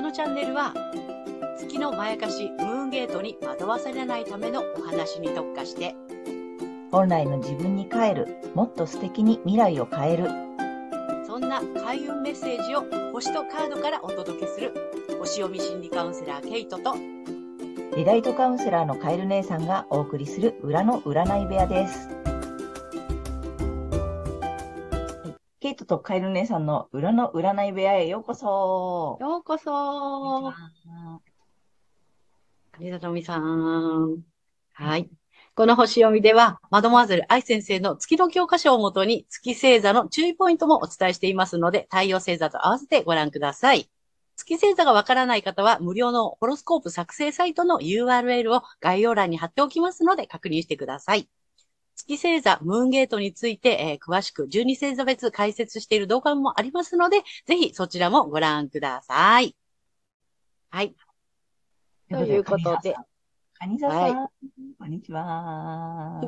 のチャンネルは月のまやかしムーンゲートに惑わされないためのお話に特化して、 本来の自分に帰る、もっと素敵に未来を変える、 そんな開運メッセージを星とカードからお届けする星読み心理カウンセラーケイトとリライトカウンセラーのカエル姉さんがお送りする裏の占い部屋です。ケイトとカエル姉さんの裏の占い部屋へようこそ。 ようこそ。有田富さん。はい。この星読みでは、マドモアゼル愛先生の月の教科書をもとに月星座の注意ポイントもお伝えしていますので、太陽星座と合わせてご覧ください。月星座がわからない方は、無料のホロスコープ作成サイトの URL を概要欄に貼っておきますので、確認してください。月星座、ムーンゲートについて、詳しく12星座別解説している動画もありますので、ぜひそちらもご覧ください。はい。ということで。 カニザさん、こんにちは。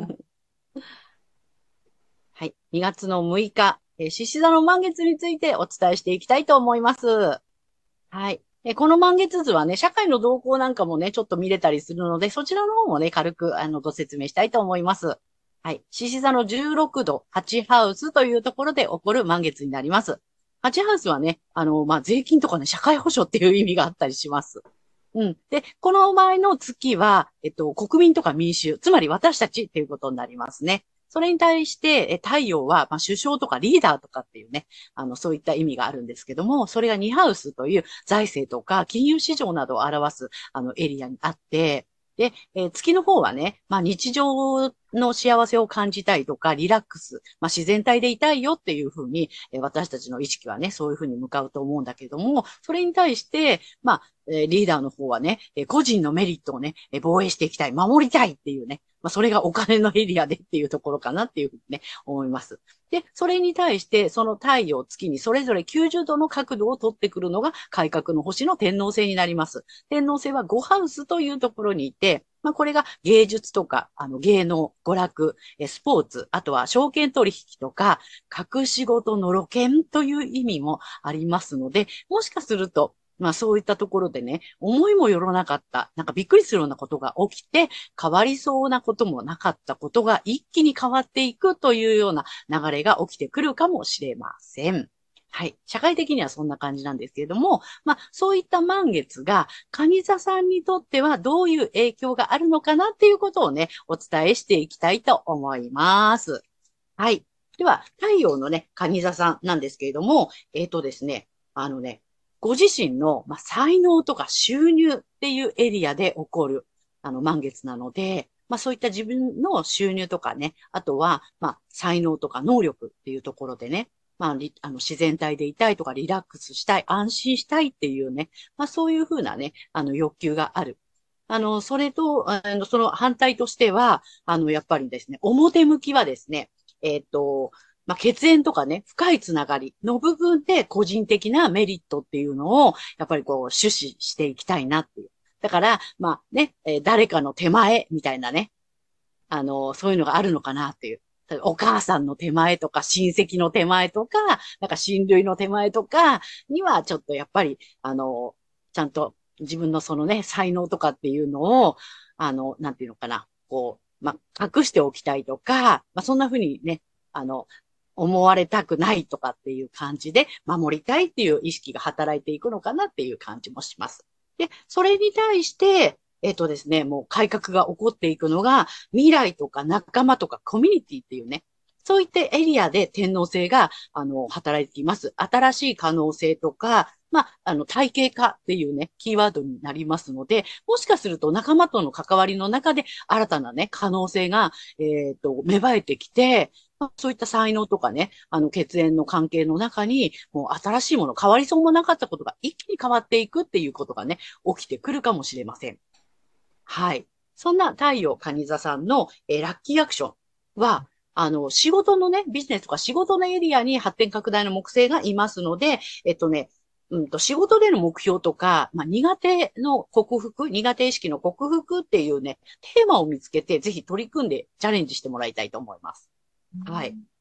はい。2月の6日、獅子座の満月についてお伝えしていきたいと思います。はい。この満月図はね、社会の動向なんかもね、ちょっと見れたりするので、そちらの方もね、軽く、ご説明したいと思います。はい。獅子座の16度、8ハウスというところで起こる満月になります。8ハウスはね、税金とかね、社会保障っていう意味があったりします。うん。で、この前の月は、国民とか民衆、つまり私たちっていうことになりますね。それに対して、太陽は、首相とかリーダーとかっていうね、そういった意味があるんですけども、それが2ハウスという財政とか金融市場などを表す、エリアにあって、で、月の方はね、日常の幸せを感じたいとか、リラックス、自然体でいたいよっていうふうに、私たちの意識はね、そういうふうに向かうと思うんだけども、それに対して、リーダーの方はね、個人のメリットをね、防衛していきたい、守りたいっていうね、それがお金のエリアでっていうところかなっていうふうにね、思います。で、それに対して、その太陽、月にそれぞれ90度の角度を取ってくるのが改革の星の天王星になります。天王星は5ハウスというところにいて、これが芸術とか、芸能、娯楽、スポーツ、あとは証券取引とか、隠し事の露見という意味もありますので、もしかすると、そういったところでね、思いもよらなかった、なんかびっくりするようなことが起きて、変わりそうなこともなかったことが一気に変わっていくというような流れが起きてくるかもしれません。はい。社会的にはそんな感じなんですけれども、そういった満月が、蟹座さんにとってはどういう影響があるのかなっていうことをね、お伝えしていきたいと思います。はい。では、太陽のね、蟹座さんなんですけれども、ですね、ご自身の、才能とか収入っていうエリアで起こる、満月なので、そういった自分の収入とかね、あとは、才能とか能力っていうところでね、自然体でいたいとか、リラックスしたい、安心したいっていうね、そういうふうなね、欲求がある。それと、その反対としては、やっぱりですね、表向きはですね、えっと、血縁とかね、深いつながりの部分で個人的なメリットっていうのを、やっぱりこう、主視していきたいなっていう。だから、誰かの手前みたいなね、そういうのがあるのかなっていう。お母さんの手前とか、親戚の手前とか、なんか親類の手前とかには、ちょっとやっぱり、ちゃんと自分のそのね、才能とかっていうのを、なんていうのかな、こう、隠しておきたいとか、そんなふうにね、あの、思われたくないとかっていう感じで守りたいっていう意識が働いていくのかなっていう感じもします。で、それに対して、ですね、もう改革が起こっていくのが、未来とか仲間とかコミュニティっていうね、そういったエリアで天皇制が、働いてきます。新しい可能性とか、体系化っていうね、キーワードになりますので、もしかすると仲間との関わりの中で新たなね、可能性が、芽生えてきて、そういった才能とかね、血縁の関係の中に、もう新しいもの、変わりそうもなかったことが一気に変わっていくっていうことがね、起きてくるかもしれません。はい。そんな太陽蟹座さんの、ラッキーアクションは、仕事のね、ビジネスとか仕事のエリアに発展拡大の木星がいますので、仕事での目標とか、苦手の克服、苦手意識の克服っていうね、テーマを見つけて、ぜひ取り組んでチャレンジしてもらいたいと思います。はい。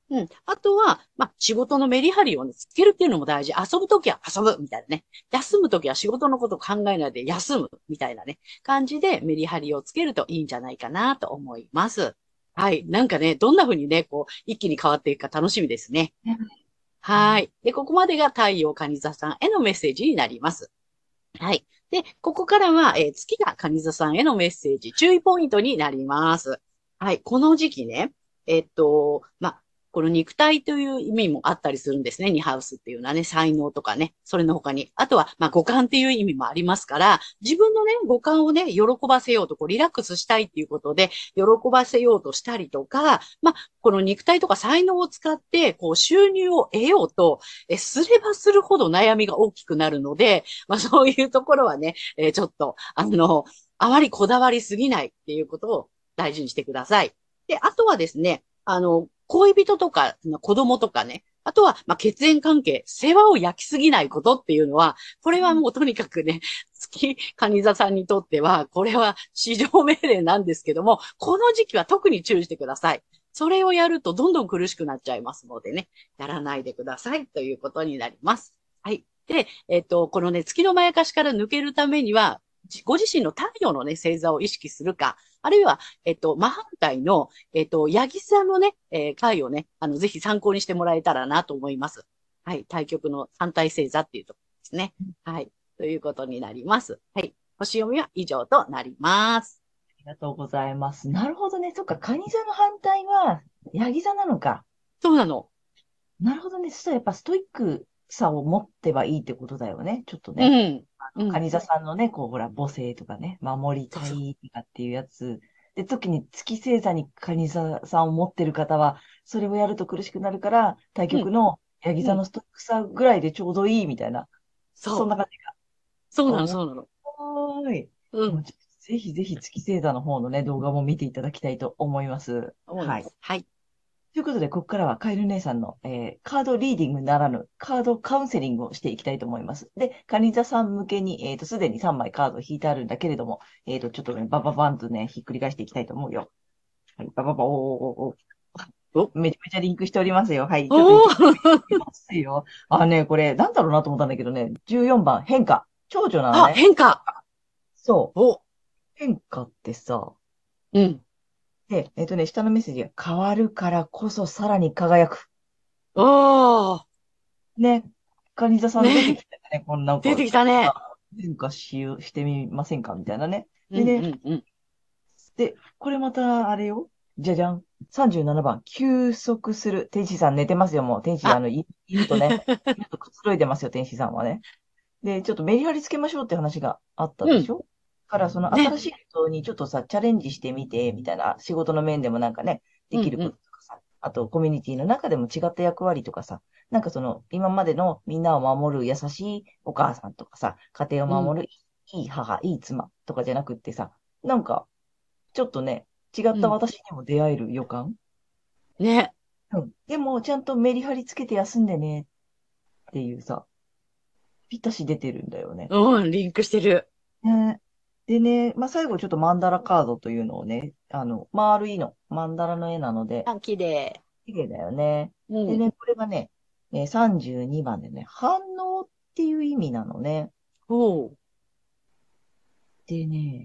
うん。あとは、仕事のメリハリをね、つけるっていうのも大事。遊ぶときは遊ぶ、みたいなね。休むときは仕事のことを考えないで休む、みたいなね、感じでメリハリをつけるといいんじゃないかなと思います。はい。なんかね、どんな風にね、こう、一気に変わっていくか楽しみですね。はい。で、ここまでが太陽蟹座さんへのメッセージになります。はい。で、ここからは、月が蟹座さんへのメッセージ、注意ポイントになります。はい。この時期ね、この肉体という意味もあったりするんですね。ニハウスっていうのはね、才能とかね、それの他に。あとは、五感っていう意味もありますから、自分のね、五感をね、喜ばせようと、こう、リラックスしたいっていうことで、喜ばせようとしたりとか、この肉体とか才能を使って、こう、収入を得ようと、すればするほど悩みが大きくなるので、そういうところはね、ちょっと、あまりこだわりすぎないっていうことを大事にしてください。で、あとはですね、恋人とか、子供とかね、あとは、血縁関係、世話を焼きすぎないことっていうのは、これはもうとにかくね、月、蟹座さんにとっては、これは至上命令なんですけども、この時期は特に注意してください。それをやるとどんどん苦しくなっちゃいますのでね、やらないでくださいということになります。はい。で、このね、月のまやかしから抜けるためには、ご自身の太陽のね、星座を意識するか、あるいは、真反対の、ヤギ座のね、回をね、ぜひ参考にしてもらえたらなと思います。はい。対極の反対星座っていうところですね。はい。ということになります。はい。星読みは以上となります。 ありがとうございます。なるほどね。そっか、蟹座の反対は、ヤギ座なのか。 そうなの。 なるほどね。そしたらやっぱストイックさを持ってはいいってことだよね。ちょっとね。 うん。うん。 蟹座さんのね、こう、ほら、母性とかね、守りたそうそう。 いとかっていうやつ。で、時に月星座に蟹座さんを持ってる方は、それをやると苦しくなるから、対うん。 極のヤギうん。 座のストイックさぐらいでちょうどいいみたいな。そんそう。 な感じか。 そうなの、 おそうなの。 ーい。 うん。 もうぜひぜひ月星座の方のね、動画も見ていただきたいと思います。はい。 思います。はい。 ということで、ここからはカエル姉さんの、カードリーディングならぬカードカウンセリングをしていきたいと思います。で、カニ座さん向けに、すでに3枚カードを引いてあるんだけれども、ちょっとね、バババンとね、ひっくり返していきたいと思うよ。はい、バババ、 お、 めちゃめちゃリンクしておりますよ。はい、ちょっとお一応ーいますよ。あ、ね、これ、なんだろうなと思ったんだけどね、14番、変化。長女なのあ、 ね。 変化。 そう。 お、 変化ってさ、 うん。 で、下のメッセージが変わるからこそさらに輝く。 おー。 ね。カニ座さん出てね。 きたよね。こんなんか、 出てきたね。 変化してみませんかみたいなね。 うん、 でね、 うん、うん。 で、これまた、あれよ。じゃじゃん。37番、休息する。天使さん寝てますよ、もう。天使、 あ、 犬とね、犬とくつろいでますよ、天使さんはね。で、ちょっとメリハリつけましょうって話があったうん。 でしょ。だから、そのね。 新しいことにちょっとさ、チャレンジしてみて、みたいな、仕事の面でもなんかね、でうん、 きるこうん。 ととかさ、あとコミュニティの中でも違った役割とかさ、なんかその、今までのみんなを守る優しいお母さんとかさ、家庭をうん。 守るいい母、いい妻とかじゃなくってさ、なんか、ちょっとね、違ったうん。 私にも出会える予感。 ね。 うん。でも、ちゃんとメリハリつけて休んでねっていうさ、ぴったし出てるんだよね。 うん、リンクしてる。 ね。でね、まあ、最後ちょっとマンダラカードというのをね、丸いの、マンダラの絵なので、 あ、綺麗。 綺麗だよね。 うん。 でね、これがね、32番でね、反応っていう意味なのね。 おう。 でね、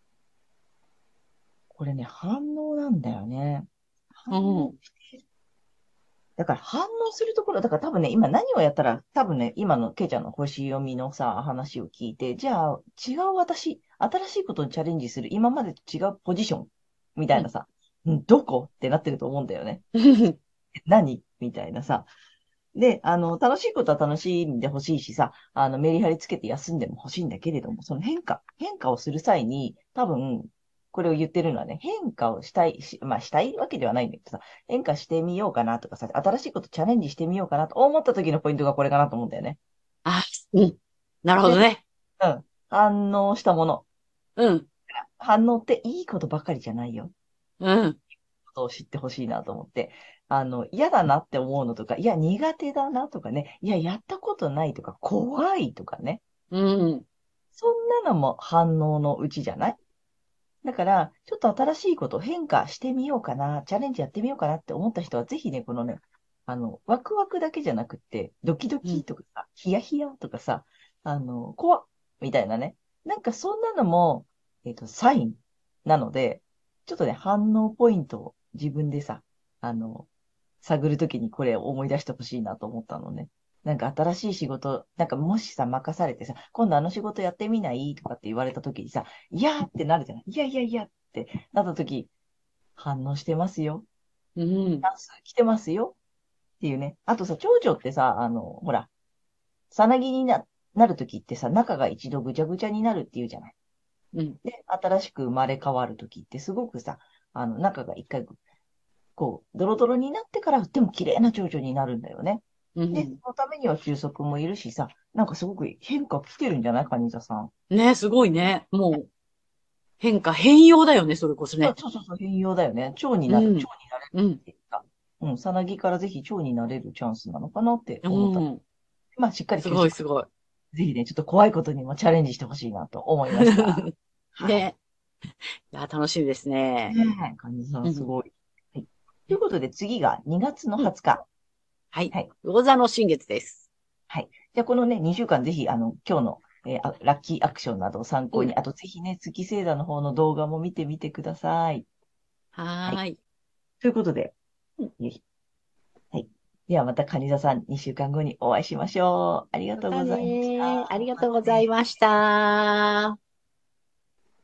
これね、反応なんだよね。反う応ん。 だから反応するところ、だから多分ね、今何をやったら、多分ね、今のケイちゃんの星読みのさ、話を聞いて、じゃあ、違う私、新しいことにチャレンジする、今までと違うポジション、みたうん。 いなさ、どこってなってると思うんだよね。何みたいなさ。で、楽しいことは楽しんでほしいしさ、メリハリつけて休んでも欲しいんだけれども、その変化をする際に、多分、これを言ってるのはね、変化をしたいし、まあしたいわけではないんだけどさ、変化してみようかなとかさ、新しいことチャレンジしてみようかなと思った時のポイントがこれかなと思うんだよね。 あ、うん。なるほどで、 ね。 うん。反応したもの。 うん。 反応っていいことばかりじゃないよ。 うん。 ことを知ってほしいなと思って、嫌だなって思うのとか、いや、苦手だなとかね、いや、やったことないとか、怖いとかね、 うん。 そんなのも反応のうちじゃない。だから、ちょっと新しいこと変化してみようかな、チャレンジやってみようかなって思った人は、ぜひね、このね、 ワクワクだけじゃなくって、ドキドうん。 キとかさ、ヒヤヒヤとかさ、怖っみたいなね。なんかそんなのも、サインなので、ちょっとね、反応ポイントを自分でさ、あの、探るときにこれを思い出してほしいなと思ったのね。なんか新しい仕事、なんかもしさ、任されてさ、今度あの仕事やってみないとかって言われたときにさ、いやーってなるじゃない。いやいやいやってなったとき、反応してますよ。 うん。 チャンス来てますよっていうね。あとさ、長女ってさ、ほら、さなぎになるときってさ、中が一度ぐちゃぐちゃになるっていうじゃない。 うん。 で、新しく生まれ変わるときってすごくさ、中が一回、こう、ドロドロになってから、でも綺麗な長女になるんだよね。で、 うん。 そのためには休息もいるしさ、なんかすごく変化来てるんじゃないか、ニザさん。 ね、すごいね。もう、変容だよね、それこそね。 そうそうそう、変容だよね。蝶にうなる、蝶ん。 になれるうん。 っていうか、うん、さなぎからぜひ蝶になれるチャンスなのかなってう思った。 ん。 まあ、しっかりす休息。 ごいすごい。 ぜひね、ちょっと怖いことにもチャレンジしてほしいなと思いました。はい。 ね。いや、楽しみですね。 ねえ、カニさん、 うん。 すごい。はい。ということで、次が2月のうん。 20日。 はい。 はい。 魚座の新月です。 はい。じゃあ、このね、2週間ぜひ、今日の、ラッキーアクションなどを参考に、 うん。 あとぜひね、月星座の方の動画も見てみてください。はい。 はーい。 ということで、 うん。 よいはい。ではまた、カニ座さん、2週間後にお会いしましょう。ありがとうごまたねざいましー。ありた。 がとうございまたね。 ました。